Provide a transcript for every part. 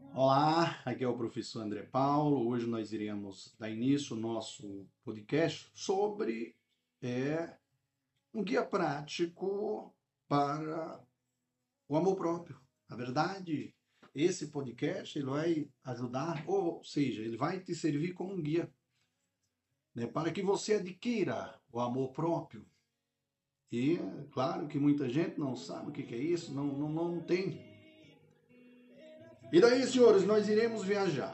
Olá, aqui é o professor André Paulo. Hoje nós iremos dar início ao nosso podcast sobre um guia prático para o amor próprio. Na verdade, esse podcast ele vai ajudar, ou seja, ele vai te servir como um guia, né, para que você adquira o amor próprio. E claro que muita gente não sabe o que é isso, não tem. E daí, senhores, nós iremos viajar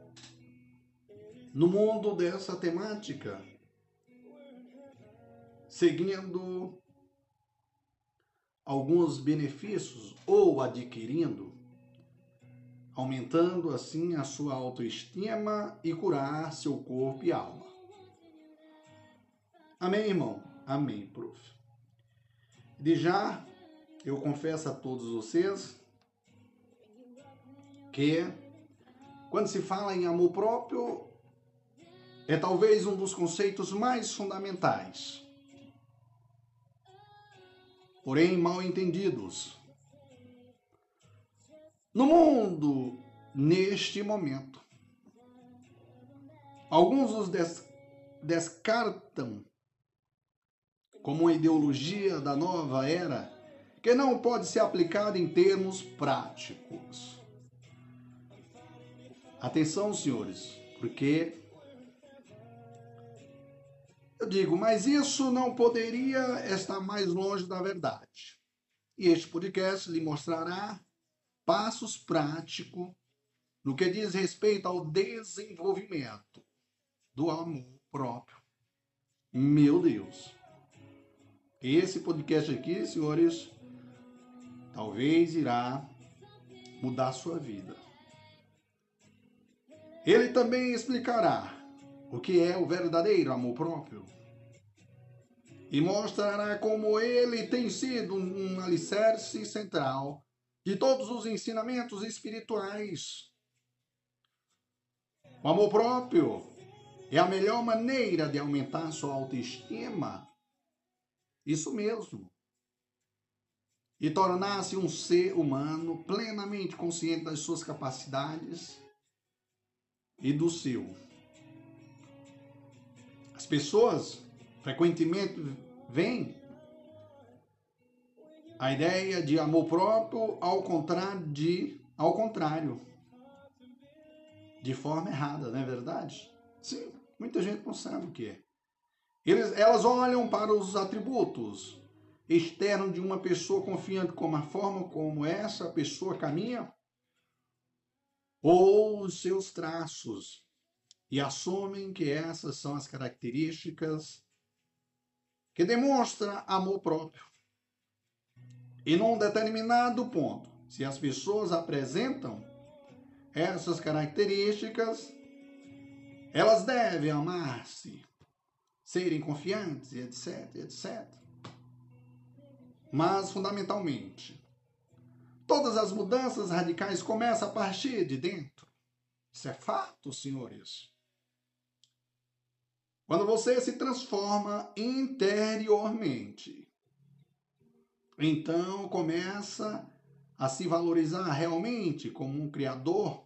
no mundo dessa temática, seguindo alguns benefícios ou adquirindo, aumentando assim a sua autoestima e curar seu corpo e alma. Amém, irmão? Amém, prof. De já, eu confesso a todos vocês que quando se fala em amor próprio, é talvez um dos conceitos mais fundamentais, porém mal entendidos no mundo neste momento. Alguns os descartam como uma ideologia da nova era que não pode ser aplicada em termos práticos. Atenção, senhores, porque eu digo, mas isso não poderia estar mais longe da verdade. E este podcast lhe mostrará passos práticos no que diz respeito ao desenvolvimento do amor próprio. Meu Deus! Esse podcast aqui, senhores, talvez irá mudar a sua vida. Ele também explicará o que é o verdadeiro amor próprio e mostrará como ele tem sido um alicerce central de todos os ensinamentos espirituais. O amor próprio é a melhor maneira de aumentar sua autoestima. Isso mesmo. E tornar-se um ser humano plenamente consciente das suas capacidades e do seu. As pessoas frequentemente veem a ideia de amor próprio ao contrário, de forma errada, não é verdade? Sim, muita gente não sabe o que é. Elas olham para os atributos externos de uma pessoa confiante como a forma como essa pessoa caminha ou os seus traços e assumem que essas são as características que demonstram amor próprio. E num determinado ponto, se as pessoas apresentam essas características, elas devem amar-se, serem confiantes, etc, etc. Mas, fundamentalmente, todas as mudanças radicais começam a partir de dentro. Isso é fato, senhores. Quando você se transforma interiormente, então começa a se valorizar realmente como um criador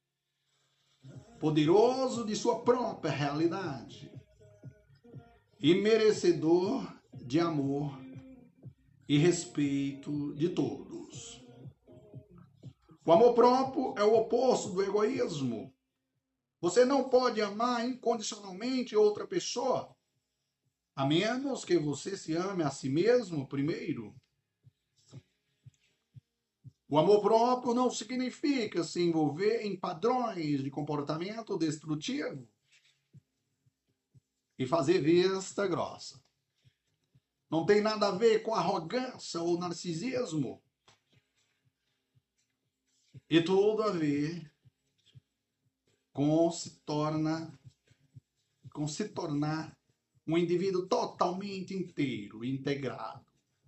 poderoso de sua própria realidade e merecedor de amor e respeito de todos. O amor próprio é o oposto do egoísmo. Você não pode amar incondicionalmente outra pessoa, a menos que você se ame a si mesmo primeiro. O amor próprio não significa se envolver em padrões de comportamento destrutivo e fazer vista grossa. Não tem nada a ver com arrogância ou narcisismo. E tudo a ver com se tornar um indivíduo totalmente inteiro, integrado.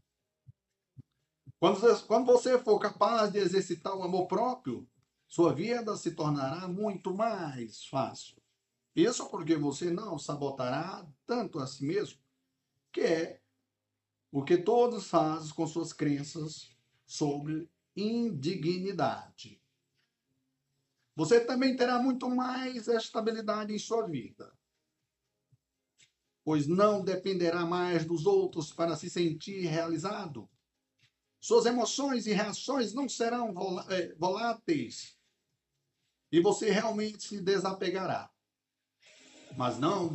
Quando você for capaz de exercitar o amor próprio, sua vida se tornará muito mais fácil. Isso porque você não sabotará tanto a si mesmo, que é o que todos fazem com suas crenças sobre indignidade. você também terá muito mais estabilidade em sua vida, pois não dependerá mais dos outros para se sentir realizado. Suas emoções e reações não serão voláteis e você realmente se desapegará, mas não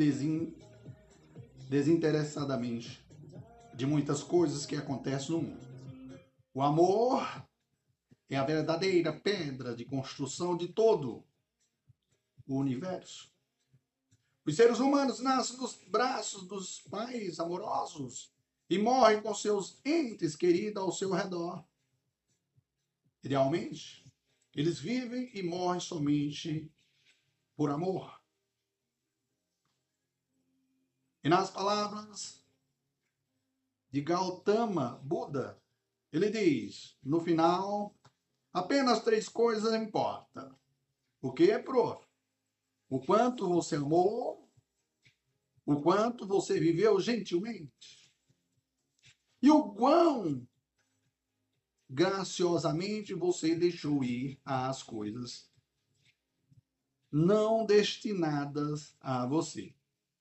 desinteressadamente, de muitas coisas que acontecem no mundo. O amor é a verdadeira pedra de construção de todo o universo. Os seres humanos nascem nos braços dos pais amorosos e morrem com seus entes queridos ao seu redor. Idealmente, eles vivem e morrem somente por amor. E nas palavras de Gautama Buda, ele diz, no final, apenas 3 coisas importam. O que é, prof? O quanto você amou, o quanto você viveu gentilmente e o quão graciosamente você deixou ir as coisas não destinadas a você.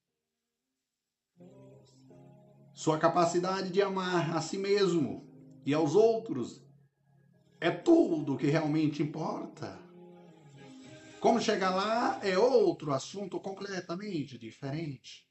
Sua capacidade de amar a si mesmo e aos outros é tudo que realmente importa. Como chegar lá é outro assunto completamente diferente.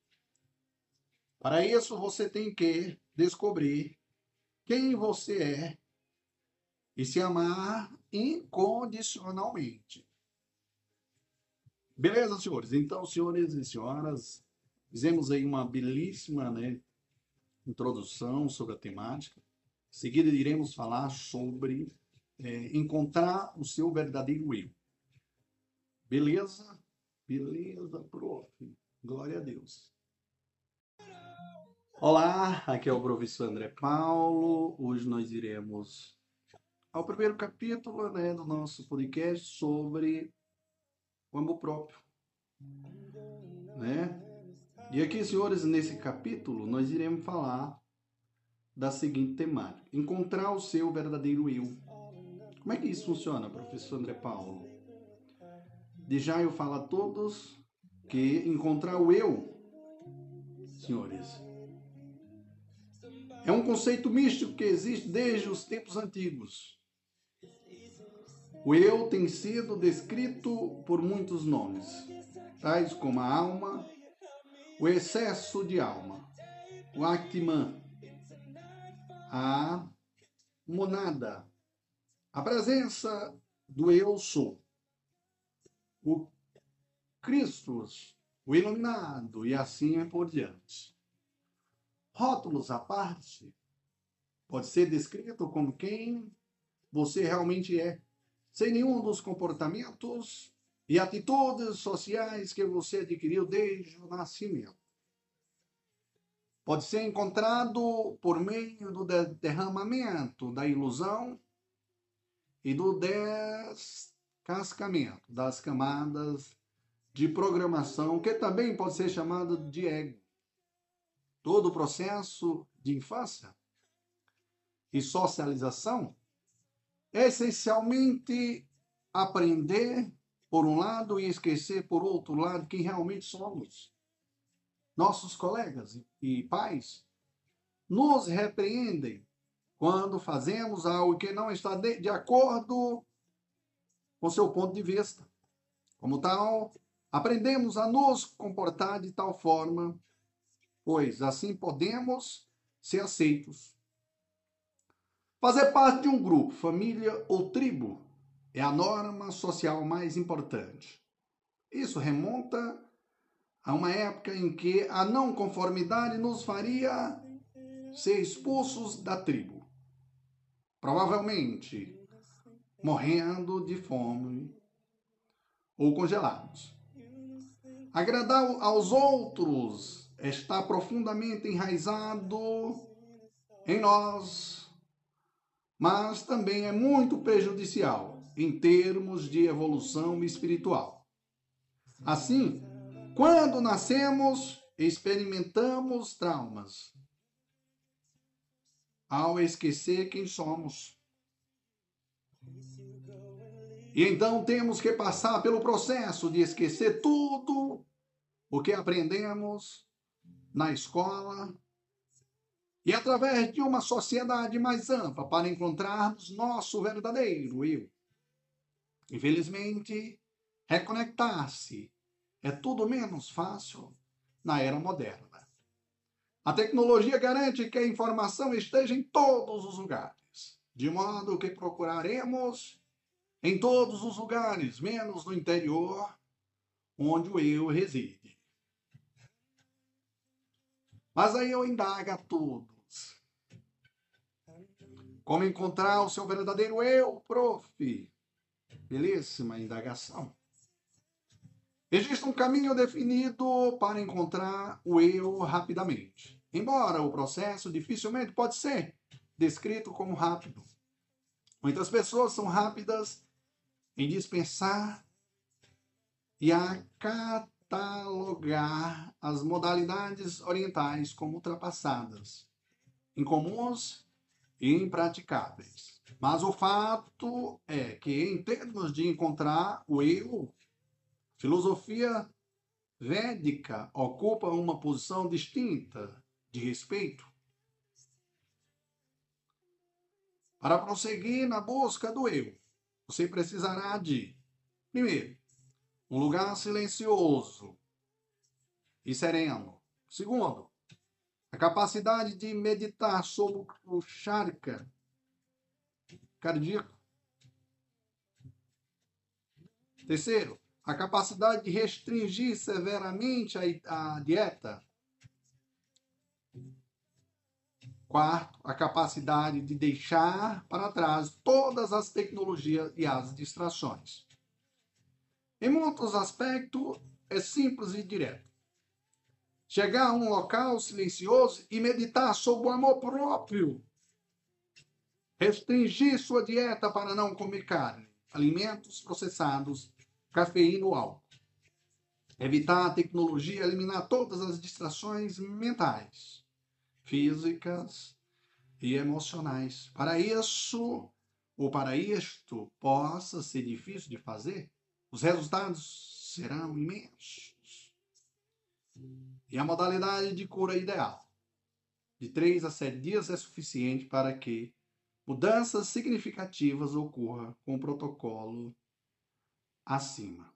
Para isso, você tem que descobrir quem você é e se amar incondicionalmente. Beleza, senhores? Então, senhores e senhoras, fizemos aí uma belíssima, introdução sobre a temática. Em seguida, iremos falar sobre encontrar o seu verdadeiro eu. Beleza? Beleza, prof. Glória a Deus. Olá, aqui é o professor André Paulo. Hoje nós iremos ao primeiro capítulo, do nosso podcast sobre o amor próprio, E aqui, senhores, nesse capítulo, nós iremos falar da seguinte temática: encontrar o seu verdadeiro eu. Como é que isso funciona, professor André Paulo? De já eu falo a todos que encontrar o eu, senhores, é um conceito místico que existe desde os tempos antigos. O eu tem sido descrito por muitos nomes, tais como a alma, o excesso de alma, o Atman, a monada, a presença do eu sou, o Christus, o iluminado e assim por diante. Rótulos à parte, pode ser descrito como quem você realmente é, sem nenhum dos comportamentos e atitudes sociais que você adquiriu desde o nascimento. Pode ser encontrado por meio do derramamento da ilusão e do descascamento das camadas de programação, que também pode ser chamado de ego. Todo o processo de infância e socialização é essencialmente aprender por um lado e esquecer por outro lado quem realmente somos. Nossos colegas e pais nos repreendem quando fazemos algo que não está de acordo com seu ponto de vista. Como tal, aprendemos a nos comportar de tal forma, pois assim podemos ser aceitos. Fazer parte de um grupo, família ou tribo é a norma social mais importante. Isso remonta a uma época em que a não conformidade nos faria ser expulsos da tribo. Provavelmente morrendo de fome ou congelados. Agradar aos outros está profundamente enraizado em nós, mas também é muito prejudicial em termos de evolução espiritual. Assim, quando nascemos, experimentamos traumas ao esquecer quem somos. E então temos que passar pelo processo de esquecer tudo o que aprendemos na escola e através de uma sociedade mais ampla para encontrarmos nosso verdadeiro eu. Infelizmente, reconectar-se é tudo menos fácil na era moderna. A tecnologia garante que a informação esteja em todos os lugares, de modo que procuraremos em todos os lugares, menos no interior, onde o eu reside. Mas aí eu indago a todos. Como encontrar o seu verdadeiro eu, prof? Belíssima indagação. Existe um caminho definido para encontrar o eu rapidamente. Embora o processo dificilmente pode ser descrito como rápido. Muitas pessoas são rápidas em dispensar e a catalogar as modalidades orientais como ultrapassadas, incomuns e impraticáveis. Mas o fato é que, em termos de encontrar o eu, filosofia védica ocupa uma posição distinta de respeito. Para prosseguir na busca do eu, você precisará de, primeiro, um lugar silencioso e sereno. Segundo, a capacidade de meditar sobre o chakra cardíaco. Terceiro, a capacidade de restringir severamente a dieta. Quarto, a capacidade de deixar para trás todas as tecnologias e as distrações. Em muitos aspectos, é simples e direto. Chegar a um local silencioso e meditar sobre o amor próprio. Restringir sua dieta para não comer carne, alimentos processados, cafeína ou álcool. Evitar a tecnologia, eliminar todas as distrações mentais, físicas e emocionais. Para isso, ou para isto possa ser difícil de fazer, os resultados serão imensos. E a modalidade de cura ideal, de 3 a 7 dias, é suficiente para que mudanças significativas ocorram com o protocolo acima.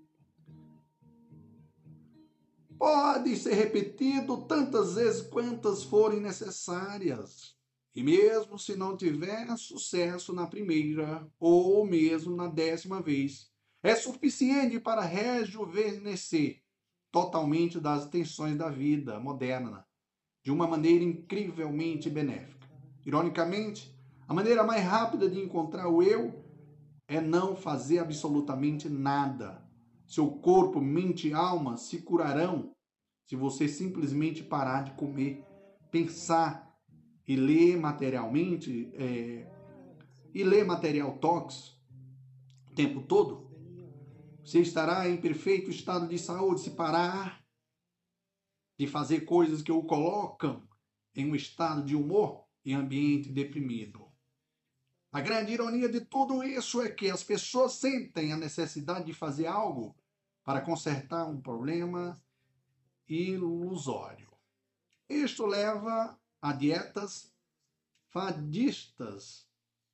Pode ser repetido tantas vezes quantas forem necessárias. E mesmo se não tiver sucesso na primeira ou mesmo na 10ª vez, é suficiente para rejuvenescer totalmente das tensões da vida moderna, de uma maneira incrivelmente benéfica. Ironicamente, a maneira mais rápida de encontrar o eu é não fazer absolutamente nada. Seu corpo, mente e alma se curarão se você simplesmente parar de comer, pensar e ler materialmente, e ler material tóxico o tempo todo. Você estará em perfeito estado de saúde se parar de fazer coisas que o colocam em um estado de humor e ambiente deprimido. A grande ironia de tudo isso é que as pessoas sentem a necessidade de fazer algo para consertar um problema ilusório. Isto leva a dietas fadistas,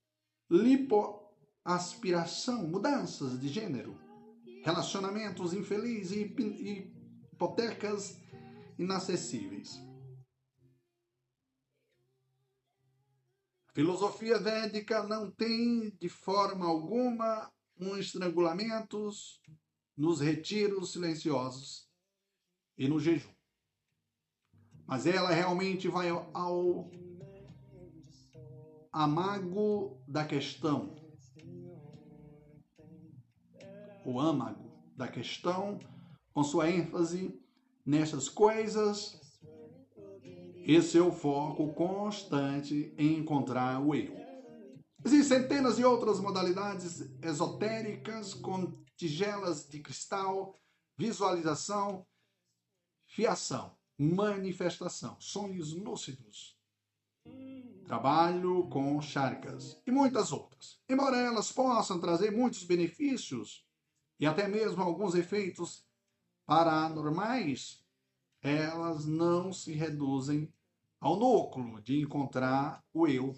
lipoaspiração, mudanças de gênero, relacionamentos infelizes e hipotecas inacessíveis. A filosofia védica não tem, de forma alguma, um estrangulamento nos retiros silenciosos e no jejum. Mas ela realmente vai ao âmago da questão. O âmago da questão, com sua ênfase nessas coisas. Esse é o foco constante em encontrar o eu. Existem centenas de outras modalidades esotéricas com tigelas de cristal, visualização, fiação, manifestação, sonhos lúcidos, trabalho com charcas e muitas outras. Embora elas possam trazer muitos benefícios e até mesmo alguns efeitos paranormais, elas não se reduzem ao núcleo de encontrar o eu.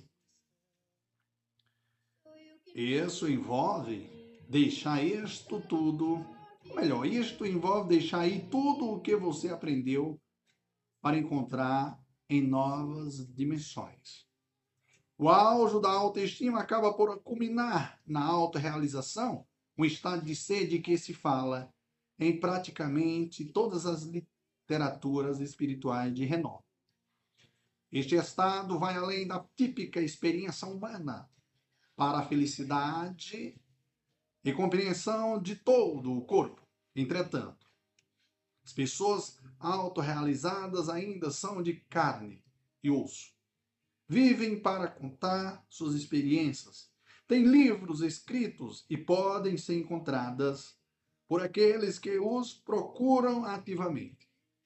Isso envolve deixar isto tudo, ou melhor, isto envolve deixar aí tudo o que você aprendeu para encontrar em novas dimensões. O auge da autoestima acaba por culminar na autorrealização, um estado de sede que se fala em praticamente todas as literaturas espirituais de renome. Este estado vai além da típica experiência humana para a felicidade e compreensão de todo o corpo. Entretanto, as pessoas autorrealizadas ainda são de carne e osso. Vivem para contar suas experiências. Têm livros escritos e podem ser encontradas por aqueles que os procuram ativamente.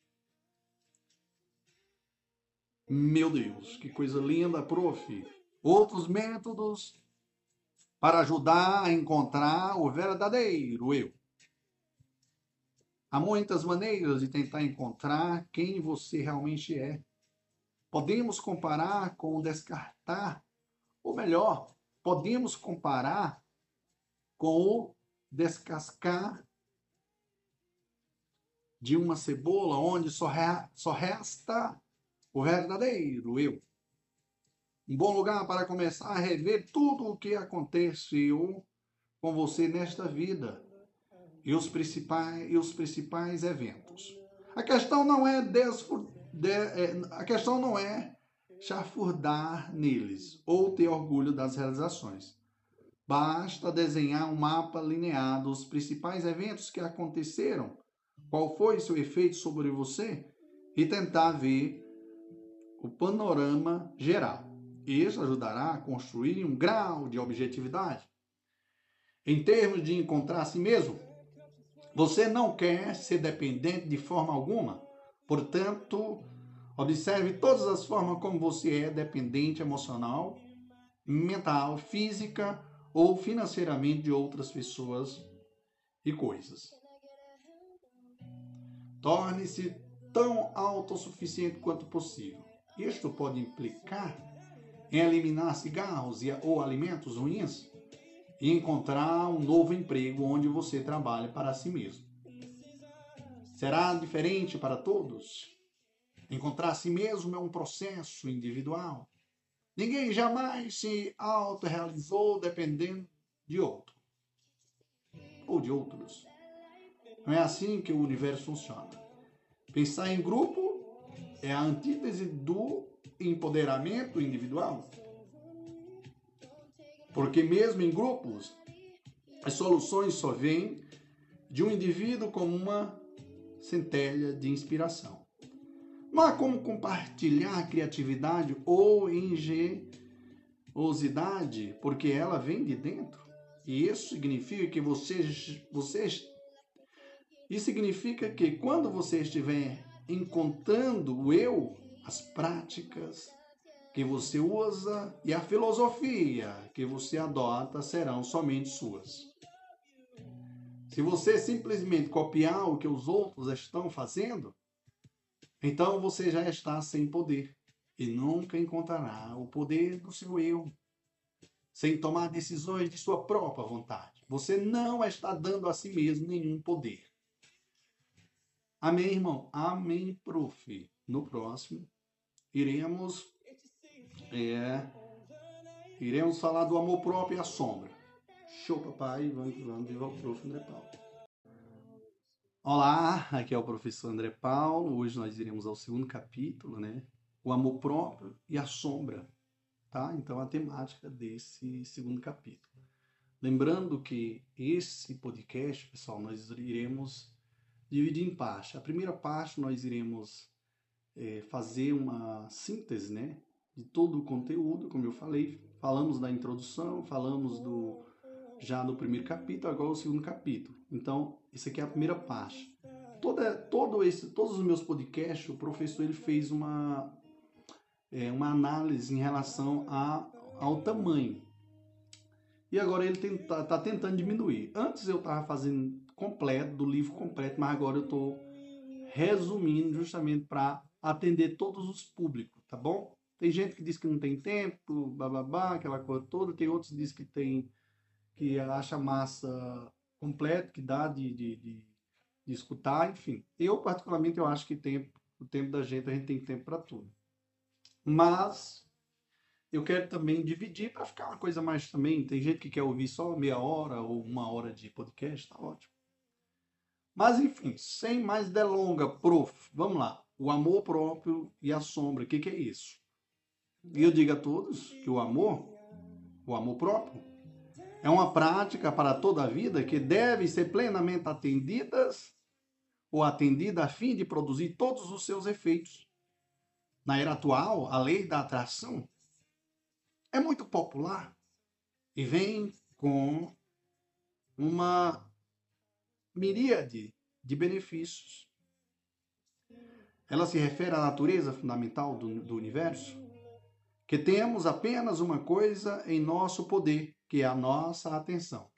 Meu Deus, que coisa linda, prof. Outros métodos para ajudar a encontrar o verdadeiro eu. Há muitas maneiras de tentar encontrar quem você realmente é. Podemos comparar com descartar, ou melhor, podemos comparar com o descascar de uma cebola, onde só resta o verdadeiro eu. Um bom lugar para começar a rever tudo o que aconteceu com você nesta vida e os principais eventos. A questão não é a questão não é chafurdar neles ou ter orgulho das realizações. Basta desenhar um mapa linear dos principais eventos que aconteceram, qual foi seu efeito sobre você e tentar ver o panorama geral. Isso ajudará a construir um grau de objetividade. Em termos de encontrar a si mesmo, você não quer ser dependente de forma alguma. Portanto, observe todas as formas como você é dependente emocional, mental, física ou financeiramente de outras pessoas e coisas. Torne-se tão autossuficiente quanto possível. Isto pode implicar em eliminar cigarros ou alimentos ruins e encontrar um novo emprego onde você trabalhe para si mesmo. Será diferente para todos? Encontrar a si mesmo é um processo individual. Ninguém jamais se autorrealizou dependendo de outro ou de outros. Não é assim que o universo funciona. Pensar em grupo é a antítese do empoderamento individual. Porque mesmo em grupos, as soluções só vêm de um indivíduo como uma centelha de inspiração. Não há como compartilhar criatividade ou engenhosidade, porque ela vem de dentro. E isso significa que isso significa que quando você estiver encontrando o eu, as práticas que você usa e a filosofia que você adota serão somente suas. Se você simplesmente copiar o que os outros estão fazendo, então você já está sem poder e nunca encontrará o poder do seu eu, sem tomar decisões de sua própria vontade. Você não está dando a si mesmo nenhum poder. Amém, irmão? Amém, prof. No próximo, iremos falar do amor próprio e a sombra. Show, papai. Vamos viva o prof. André Paulo. Olá, aqui é o professor André Paulo. Hoje nós iremos ao segundo capítulo, né? O amor próprio e a sombra, tá? Então, a temática desse segundo capítulo. Lembrando que esse podcast, pessoal, nós iremos dividir em parte. A primeira parte nós iremos fazer uma síntese, né, de todo o conteúdo, como eu falei. Falamos da introdução, falamos já do primeiro capítulo, agora o segundo capítulo. Então, isso aqui é a primeira parte. Todos os meus podcasts, o professor ele fez uma análise em relação ao tamanho. E agora ele está tentando diminuir. Antes eu estava fazendo completo, do livro completo, mas agora eu estou resumindo justamente para atender todos os públicos, tá bom? Tem gente que diz que não tem tempo, blá, aquela coisa toda. Tem outros que diz que acha massa completo, que dá de escutar, enfim. Eu, particularmente, eu acho que o tempo da gente, a gente tem tempo para tudo. Mas eu quero também dividir para ficar uma coisa mais também. Tem gente que quer ouvir só meia hora ou uma hora de podcast, tá ótimo. Mas, enfim, sem mais delonga, prof, vamos lá. O amor próprio e a sombra, o que é isso? E eu digo a todos que o amor próprio, é uma prática para toda a vida que deve ser plenamente atendida a fim de produzir todos os seus efeitos. Na era atual, a lei da atração é muito popular e vem com uma miríade de benefícios. Ela se refere à natureza fundamental do universo, que temos apenas uma coisa em nosso poder, que é a nossa atenção.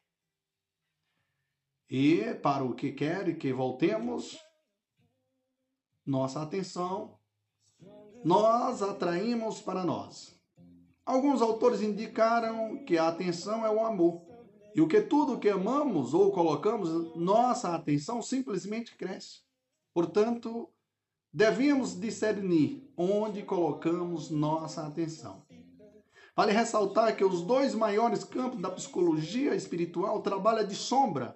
E para o que quer que voltemos nossa atenção, nós atraímos para nós. Alguns autores indicaram que a atenção é o amor, e o que tudo que amamos ou colocamos nossa atenção simplesmente cresce. Portanto, devemos discernir onde colocamos nossa atenção. Vale ressaltar que os dois maiores campos da psicologia espiritual, trabalho de sombra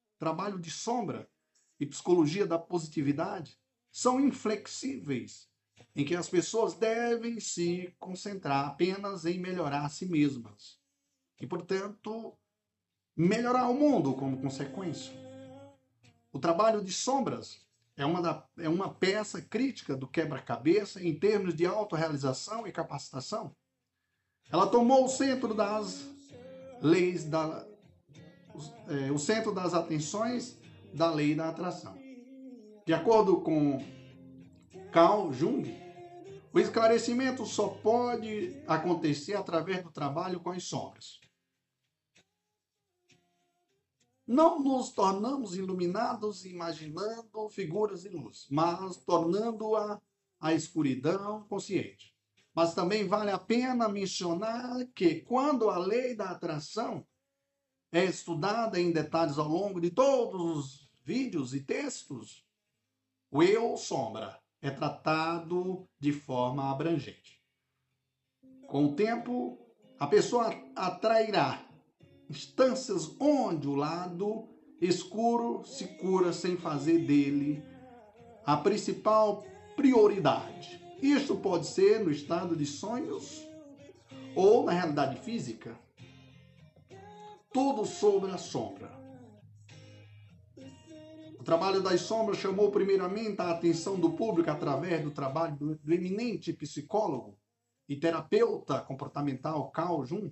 e psicologia da positividade, são inflexíveis, em que as pessoas devem se concentrar apenas em melhorar a si mesmas e, portanto, melhorar o mundo como consequência. O trabalho de sombras é uma peça crítica do quebra-cabeça em termos de autorrealização e capacitação. Ela tomou o centro das leis, o centro das atenções da lei da atração. De acordo com Carl Jung, o esclarecimento só pode acontecer através do trabalho com as sombras. Não nos tornamos iluminados imaginando figuras de luz, mas tornando-a a escuridão consciente. Mas também vale a pena mencionar que quando a lei da atração é estudada em detalhes ao longo de todos os vídeos e textos, o eu sombra é tratado de forma abrangente. Com o tempo, a pessoa atrairá instâncias onde o lado escuro se cura sem fazer dele a principal prioridade. Isto pode ser no estado de sonhos ou na realidade física. Tudo sobre a sombra. O trabalho das sombras chamou primeiramente a atenção do público através do trabalho do eminente psicólogo e terapeuta comportamental Carl Jung.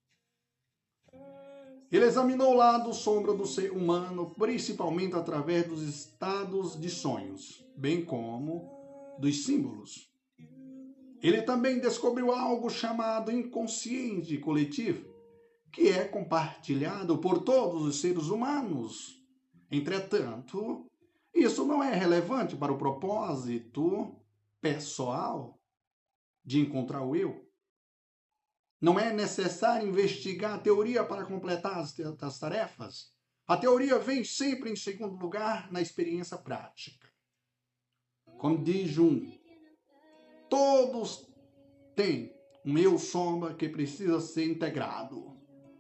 Ele examinou o lado sombra do ser humano, principalmente através dos estados de sonhos, bem como dos símbolos. Ele também descobriu algo chamado inconsciente coletivo, que é compartilhado por todos os seres humanos. Entretanto, isso não é relevante para o propósito pessoal de encontrar o eu. Não é necessário investigar a teoria para completar as tarefas. A teoria vem sempre em segundo lugar na experiência prática. Como diz Jung, todos têm um eu sombra que precisa ser integrado.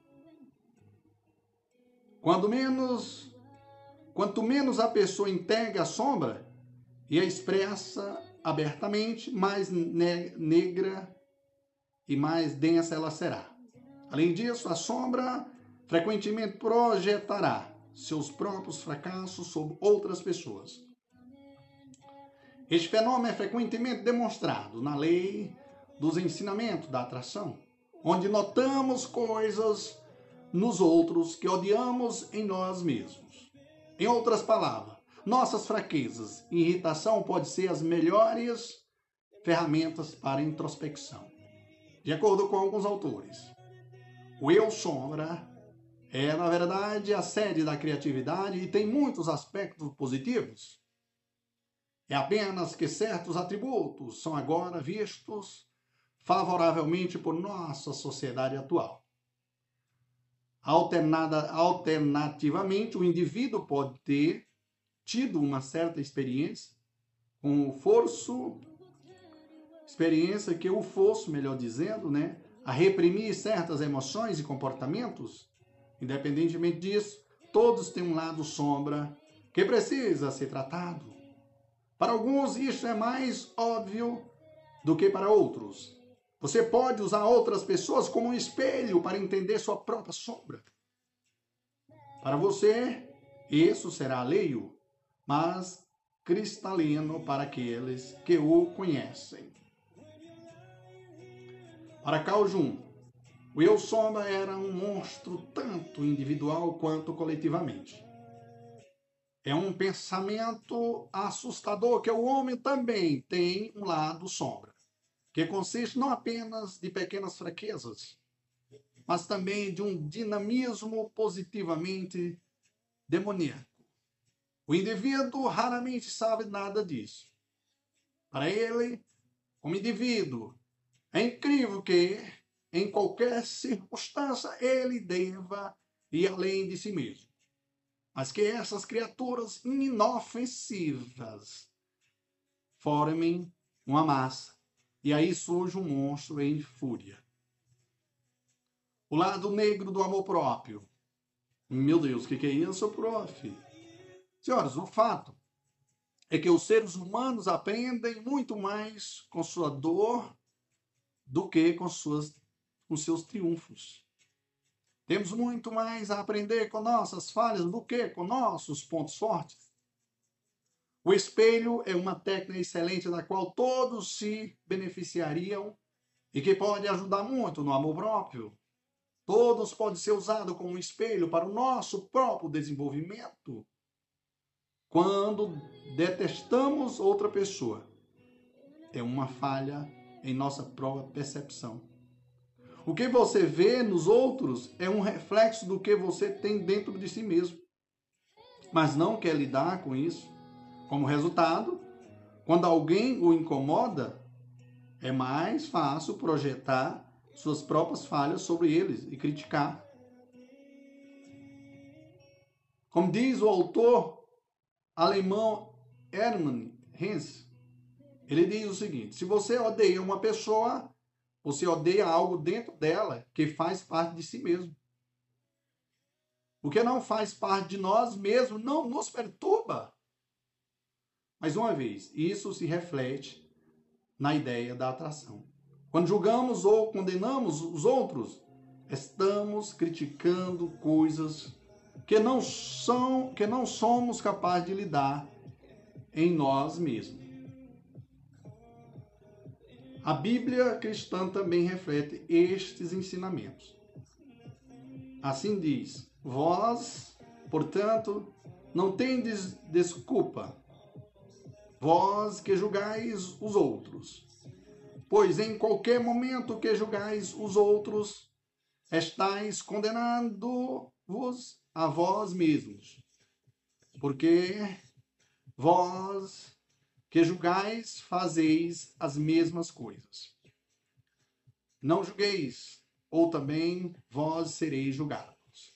Quanto menos a pessoa integra a sombra e a expressa abertamente, mais negra e mais densa ela será. Além disso, a sombra frequentemente projetará seus próprios fracassos sobre outras pessoas. Este fenômeno é frequentemente demonstrado na lei dos ensinamentos da atração, onde notamos coisas nos outros que odiamos em nós mesmos. Em outras palavras, nossas fraquezas e irritação podem ser as melhores ferramentas para introspecção. De acordo com alguns autores, o eu sombra é, na verdade, a sede da criatividade e tem muitos aspectos positivos. É apenas que certos atributos são agora vistos favoravelmente por nossa sociedade atual. Alternativamente, o indivíduo pode ter tido uma certa experiência com o forço, experiência que o forço, melhor dizendo, a reprimir certas emoções e comportamentos. Independentemente disso, todos têm um lado sombra que precisa ser tratado. Para alguns, isso é mais óbvio do que para outros. Você pode usar outras pessoas como um espelho para entender sua própria sombra. Para você, isso será alheio, mas cristalino para aqueles que o conhecem. Para Carl Jung, o eu sombra era um monstro tanto individual quanto coletivamente. É um pensamento assustador que o homem também tem um lado sombra, que consiste não apenas de pequenas fraquezas, mas também de um dinamismo positivamente demoníaco. O indivíduo raramente sabe nada disso. Para ele, como indivíduo, é incrível que, em qualquer circunstância, ele deva ir além de si mesmo. Mas que essas criaturas inofensivas formem uma massa. E aí surge um monstro em fúria. O lado negro do amor próprio. Meu Deus, o que é isso, prof? Senhoras, o fato é que os seres humanos aprendem muito mais com sua dor do que com seus triunfos. Temos muito mais a aprender com nossas falhas do que com nossos pontos fortes. O espelho é uma técnica excelente da qual todos se beneficiariam e que pode ajudar muito no amor próprio. Todos podem ser usados como um espelho para o nosso próprio desenvolvimento. Quando detestamos outra pessoa, é uma falha em nossa própria percepção. O que você vê nos outros é um reflexo do que você tem dentro de si mesmo, mas não quer lidar com isso. Como resultado, quando alguém o incomoda, é mais fácil projetar suas próprias falhas sobre eles e criticar. Como diz o autor alemão Hermann Hesse, ele diz o seguinte: se você odeia uma pessoa, você odeia algo dentro dela que faz parte de si mesmo. O que não faz parte de nós mesmos não nos perturba. Mais uma vez, isso se reflete na ideia da atração. Quando julgamos ou condenamos os outros, estamos criticando coisas que não somos capazes de lidar em nós mesmos. A Bíblia cristã também reflete estes ensinamentos. Assim diz: vós, portanto, não tendes desculpa, vós que julgais os outros. Pois em qualquer momento que julgais os outros, estáis condenando-vos a vós mesmos. Porque vós que julgais, fazeis as mesmas coisas. Não julgueis, ou também vós sereis julgados.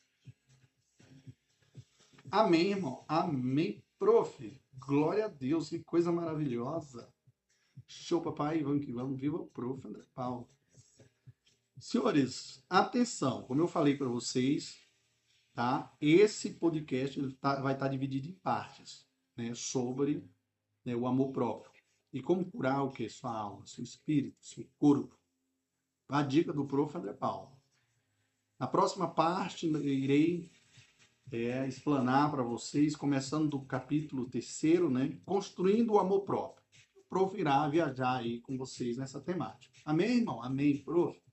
Amém, irmão? Amém, prof. Glória a Deus, que coisa maravilhosa. Show, papai, vamos que vamos. Viva o prof. André Paulo. Senhores, atenção, como eu falei para vocês, tá? Esse podcast vai estar dividido em partes, sobre o amor próprio. E como curar o quê? Sua alma, seu espírito, seu corpo. A dica do prof. André Paulo. Na próxima parte, irei explanar para vocês, começando do capítulo 3º, construindo o amor próprio. O prof. irá viajar aí com vocês nessa temática. Amém, irmão? Amém, prof.